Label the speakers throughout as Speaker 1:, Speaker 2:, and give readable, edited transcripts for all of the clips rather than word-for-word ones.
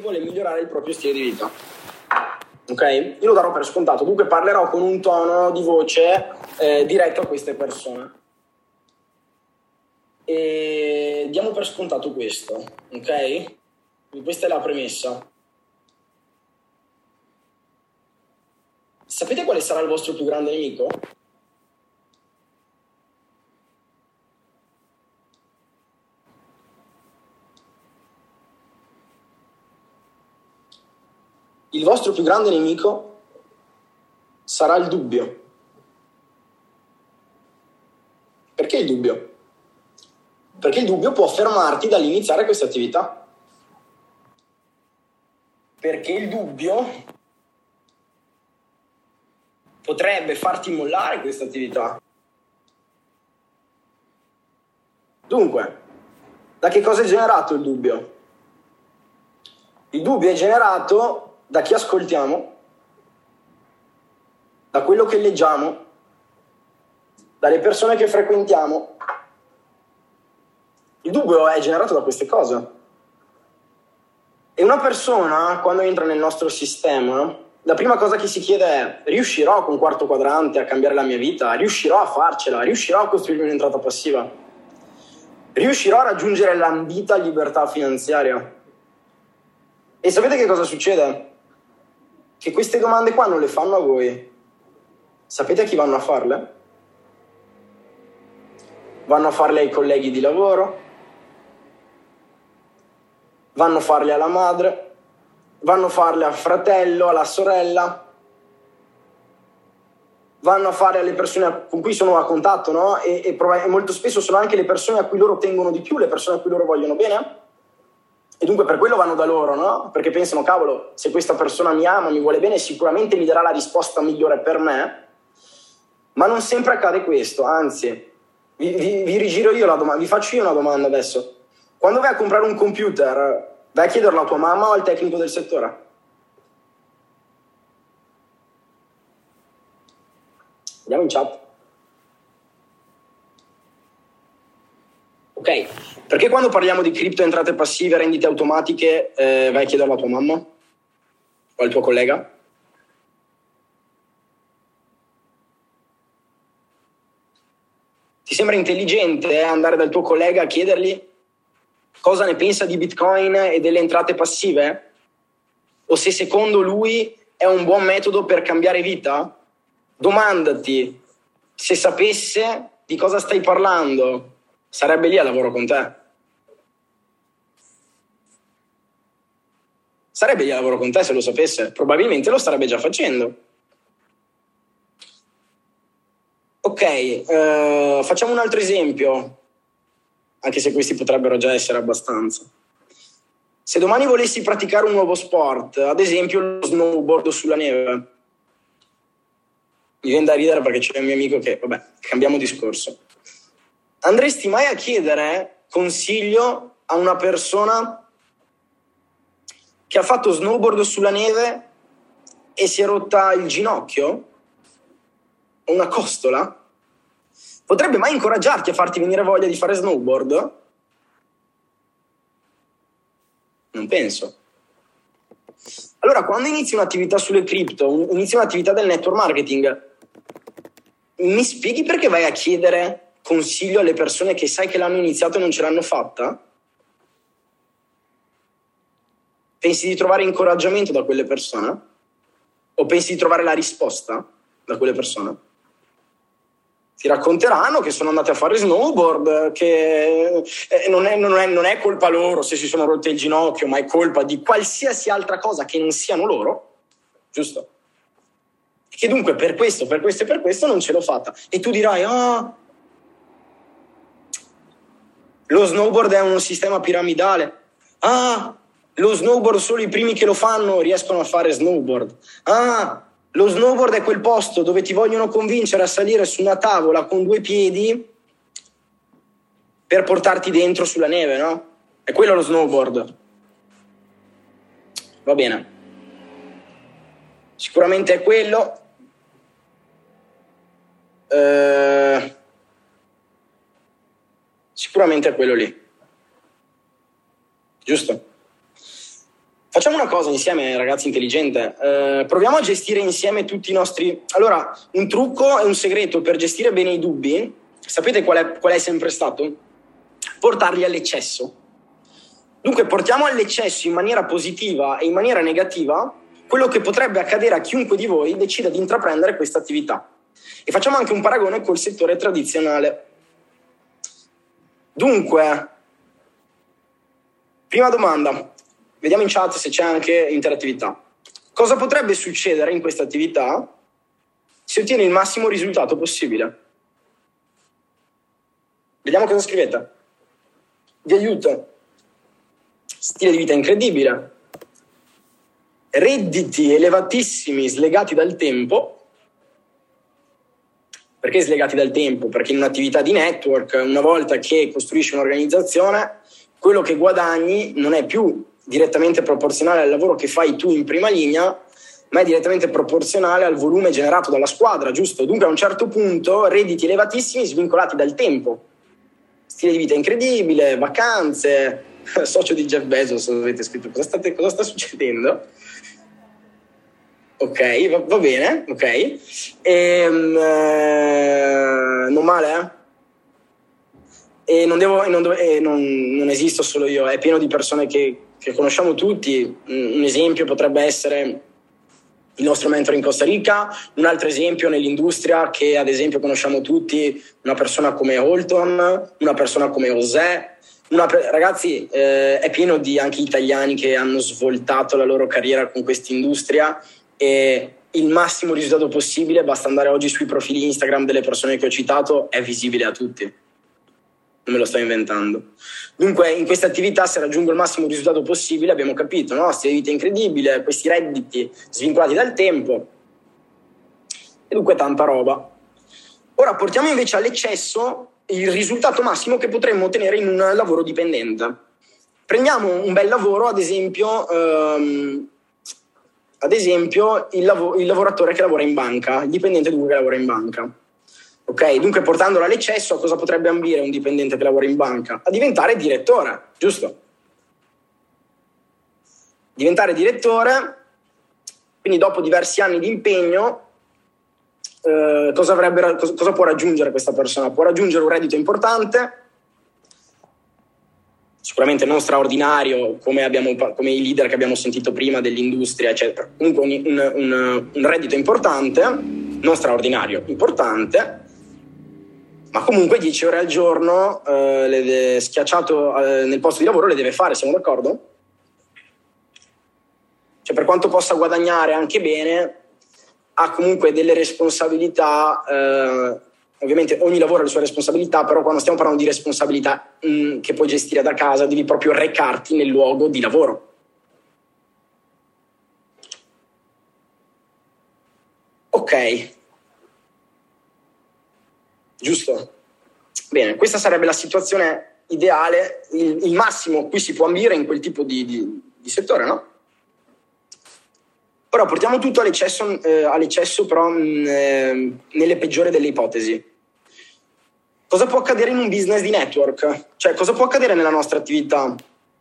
Speaker 1: vuole migliorare il proprio stile di vita. Ok? Io lo darò per scontato, dunque parlerò con un tono di voce diretto a queste persone. E diamo per scontato questo, ok? Quindi questa è la premessa. Sapete quale sarà il vostro più grande nemico? Il vostro più grande nemico sarà il dubbio. Perché il dubbio? Perché il dubbio può fermarti dall'iniziare questa attività. Perché il dubbio potrebbe farti mollare questa attività. Dunque, da che cosa è generato il dubbio? Il dubbio è generato da chi ascoltiamo, da quello che leggiamo, dalle persone che frequentiamo. Il dubbio è generato da queste cose. E una persona, quando entra nel nostro sistema, la prima cosa che si chiede è: riuscirò con quarto quadrante a cambiare la mia vita? Riuscirò a farcela? Riuscirò a costruirmi un'entrata passiva? Riuscirò a raggiungere l'ambita libertà finanziaria? E sapete che cosa succede? Che queste domande qua non le fanno a voi. Sapete a chi vanno a farle? Vanno a farle ai colleghi di lavoro, vanno a farle alla madre, vanno a farle al fratello, alla sorella, vanno a fare alle persone con cui sono a contatto, no? E molto spesso sono anche le persone a cui loro tengono di più, le persone a cui loro vogliono bene. E dunque per quello vanno da loro, no? Perché pensano: cavolo, se questa persona mi ama, mi vuole bene, sicuramente mi darà la risposta migliore per me. Ma non sempre accade questo, anzi, vi rigiro io la domanda, vi faccio io una domanda adesso. Quando vai a comprare un computer, vai a chiederlo a tua mamma o al tecnico del settore? Andiamo in chat. Ok, perché quando parliamo di cripto, entrate passive, rendite automatiche, vai a chiederlo a tua mamma o al tuo collega? Ti sembra intelligente andare dal tuo collega a chiedergli cosa ne pensa di Bitcoin e delle entrate passive? O se secondo lui è un buon metodo per cambiare vita? Domandati: se sapesse di cosa stai parlando, sarebbe lì a lavoro con te? Sarebbe lì a lavoro con te se lo sapesse? Probabilmente lo starebbe già facendo. Ok, facciamo un altro esempio, anche se questi potrebbero già essere abbastanza. Se domani volessi praticare un nuovo sport, ad esempio lo snowboard sulla neve, mi viene da ridere perché c'è un mio amico che, vabbè, cambiamo discorso. Andresti mai a chiedere consiglio a una persona che ha fatto snowboard sulla neve e si è rotta il ginocchio? O una costola? Potrebbe mai incoraggiarti a farti venire voglia di fare snowboard? Non penso. Allora, quando inizi un'attività sulle cripto, inizi un'attività del network marketing, mi spieghi perché vai a chiedere consiglio alle persone che sai che l'hanno iniziato e non ce l'hanno fatta? Pensi di trovare incoraggiamento da quelle persone? O pensi di trovare la risposta da quelle persone? Ti racconteranno che sono andate a fare snowboard, che non è colpa loro se si sono rotte il ginocchio, ma è colpa di qualsiasi altra cosa che non siano loro, giusto? E che dunque per questo non ce l'ho fatta. E tu dirai: lo snowboard è un sistema piramidale. Lo snowboard solo i primi che lo fanno riescono a fare snowboard. Lo snowboard è quel posto dove ti vogliono convincere a salire su una tavola con 2 piedi per portarti dentro sulla neve, no? È quello lo snowboard. Va bene. Sicuramente è quello. Sicuramente è quello lì. Giusto? Facciamo una cosa insieme, ragazzi, intelligente. Proviamo a gestire insieme tutti i nostri... Allora, un trucco e un segreto per gestire bene i dubbi, sapete qual è sempre stato? Portarli all'eccesso. Dunque, portiamo all'eccesso in maniera positiva e in maniera negativa quello che potrebbe accadere a chiunque di voi decida di intraprendere questa attività. E facciamo anche un paragone col settore tradizionale. Dunque, prima domanda, vediamo in chat se c'è anche interattività. Cosa potrebbe succedere in questa attività se ottieni il massimo risultato possibile? Vediamo cosa scrivete. Vi aiuto. Stile di vita incredibile. Redditi elevatissimi slegati dal tempo. Perché slegati dal tempo? Perché in un'attività di network, una volta che costruisci un'organizzazione, quello che guadagni non è più direttamente proporzionale al lavoro che fai tu in prima linea, ma è direttamente proporzionale al volume generato dalla squadra, giusto? Dunque a un certo punto redditi elevatissimi svincolati dal tempo. Stile di vita incredibile, vacanze, socio di Jeff Bezos, avete scritto. Cosa sta succedendo? Ok, va bene, ok. Non male, eh? Non esisto solo io, è pieno di persone che conosciamo tutti. Un esempio potrebbe essere il nostro mentore in Costa Rica, un altro esempio nell'industria che ad esempio conosciamo tutti, una persona come Holton, una persona come José. Ragazzi, è pieno di anche italiani che hanno svoltato la loro carriera con quest'industria. E il massimo risultato possibile, basta andare oggi sui profili Instagram delle persone che ho citato, è visibile a tutti. Non me lo sto inventando. Dunque, in questa attività, se raggiungo il massimo risultato possibile, abbiamo capito, no? Stile di vita incredibile, questi redditi svincolati dal tempo, e dunque tanta roba. Ora portiamo invece all'eccesso il risultato massimo che potremmo ottenere in un lavoro dipendente. Prendiamo un bel lavoro, ad esempio il lavoratore che lavora in banca, il dipendente dunque che lavora in banca. Ok, dunque portandolo all'eccesso, a cosa potrebbe ambire un dipendente che lavora in banca? A diventare direttore, giusto? Diventare direttore, quindi dopo diversi anni di impegno, cosa può raggiungere questa persona? Può raggiungere un reddito importante, sicuramente non straordinario come i leader che abbiamo sentito prima dell'industria, eccetera. Comunque un reddito importante, non straordinario, importante, ma comunque 10 ore al giorno schiacciato nel posto di lavoro le deve fare, siamo d'accordo? Cioè, per quanto possa guadagnare anche bene, ha comunque delle responsabilità. Ovviamente ogni lavoro ha le sue responsabilità, però quando stiamo parlando di responsabilità che puoi gestire da casa, devi proprio recarti nel luogo di lavoro. Ok. Giusto? Bene, questa sarebbe la situazione ideale, il massimo a cui si può ambire in quel tipo di settore, no? Ora portiamo tutto all'eccesso però nelle peggiori delle ipotesi. Cosa può accadere in un business di network? Cioè, cosa può accadere nella nostra attività?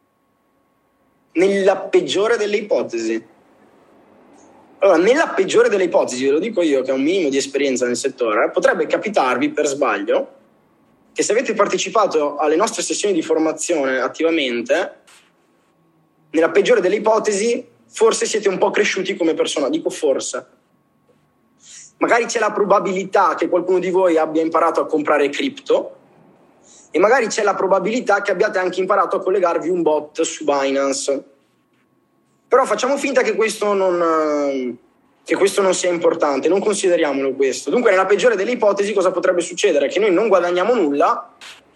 Speaker 1: Nella peggiore delle ipotesi. Allora, nella peggiore delle ipotesi, ve lo dico io che ho un minimo di esperienza nel settore, potrebbe capitarvi per sbaglio che se avete partecipato alle nostre sessioni di formazione attivamente, nella peggiore delle ipotesi, forse siete un po' cresciuti come persona, dico forse. Magari c'è la probabilità che qualcuno di voi abbia imparato a comprare cripto e magari c'è la probabilità che abbiate anche imparato a collegarvi un bot su Binance. Però facciamo finta che questo non sia importante, non consideriamolo questo. Dunque, nella peggiore delle ipotesi, cosa potrebbe succedere? Che noi non guadagniamo nulla,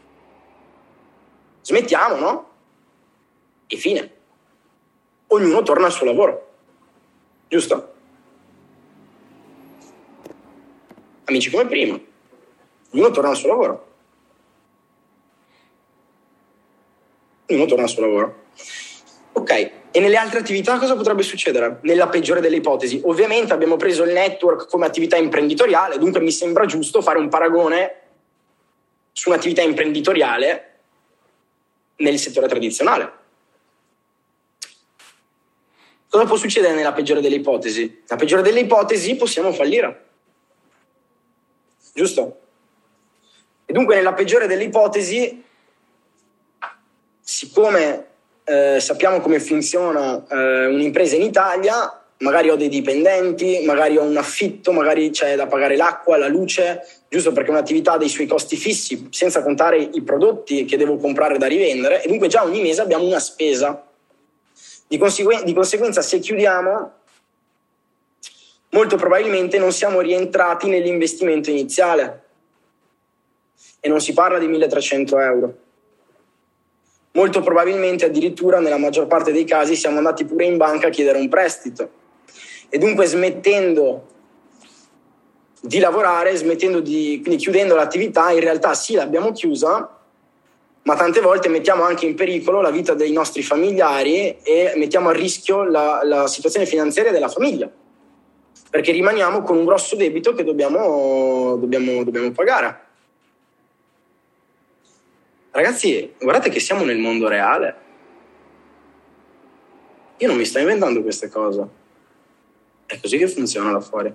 Speaker 1: smettiamo, no? E fine. Ognuno torna al suo lavoro. Giusto? Amici come prima. Ognuno torna al suo lavoro. Ognuno torna al suo lavoro. Ok, e nelle altre attività cosa potrebbe succedere? Nella peggiore delle ipotesi. Ovviamente abbiamo preso il network come attività imprenditoriale, dunque mi sembra giusto fare un paragone su un'attività imprenditoriale nel settore tradizionale. Cosa può succedere nella peggiore delle ipotesi? La peggiore delle ipotesi possiamo fallire. Giusto? E dunque nella peggiore delle ipotesi, siccome sappiamo come funziona un'impresa in Italia, magari ho dei dipendenti, magari ho un affitto, magari c'è da pagare l'acqua, la luce, giusto, perché un'attività ha dei suoi costi fissi, senza contare i prodotti che devo comprare da rivendere, e dunque già ogni mese abbiamo una spesa. Di conseguenza, se chiudiamo, molto probabilmente non siamo rientrati nell'investimento iniziale. E non si parla di 1.300 euro. Molto probabilmente, addirittura, nella maggior parte dei casi, siamo andati pure in banca a chiedere un prestito. E dunque, smettendo di lavorare, quindi chiudendo l'attività, in realtà sì, l'abbiamo chiusa, ma tante volte mettiamo anche in pericolo la vita dei nostri familiari e mettiamo a rischio la situazione finanziaria della famiglia, perché rimaniamo con un grosso debito che dobbiamo pagare. Ragazzi, guardate che siamo nel mondo reale. Io non mi sto inventando queste cose. È così che funziona là fuori.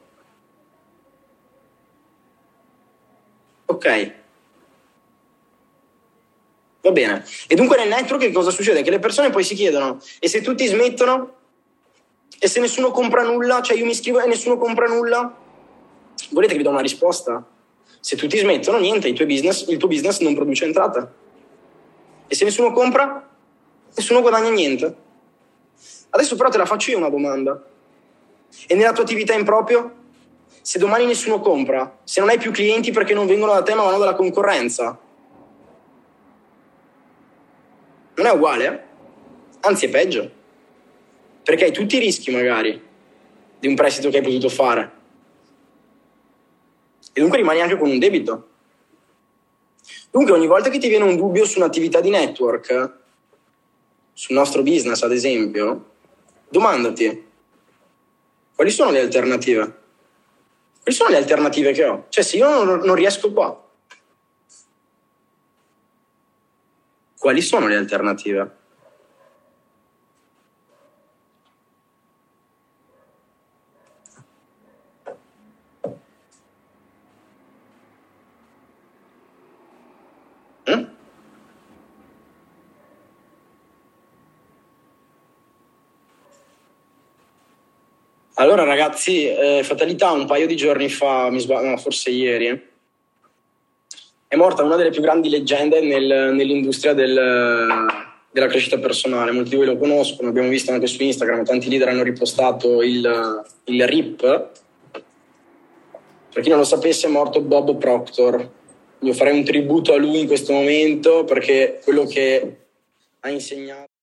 Speaker 1: Ok. Va bene. E dunque nel network che cosa succede? Che le persone poi si chiedono: e se tutti smettono? E se nessuno compra nulla? Cioè io mi iscrivo e nessuno compra nulla? Volete che vi do una risposta? Se tutti smettono, niente, il tuo business non produce entrata. E se nessuno compra, nessuno guadagna niente. Adesso però te la faccio io una domanda. E nella tua attività in proprio? Se domani nessuno compra, se non hai più clienti perché non vengono da te ma vanno dalla concorrenza, non è uguale? Anzi è peggio. Perché hai tutti i rischi magari di un prestito che hai potuto fare. E dunque rimani anche con un debito. Dunque ogni volta che ti viene un dubbio su un'attività di network, sul nostro business ad esempio, domandati: quali sono le alternative? Quali sono le alternative che ho? Cioè se io non riesco qua, quali sono le alternative? Allora ragazzi, fatalità, un paio di giorni fa, no, forse ieri, è morta una delle più grandi leggende nell'industria della crescita personale. Molti di voi lo conoscono, abbiamo visto anche su Instagram, tanti leader hanno ripostato il RIP. Per chi non lo sapesse, è morto Bob Proctor. Io farei un tributo a lui in questo momento perché quello che ha insegnato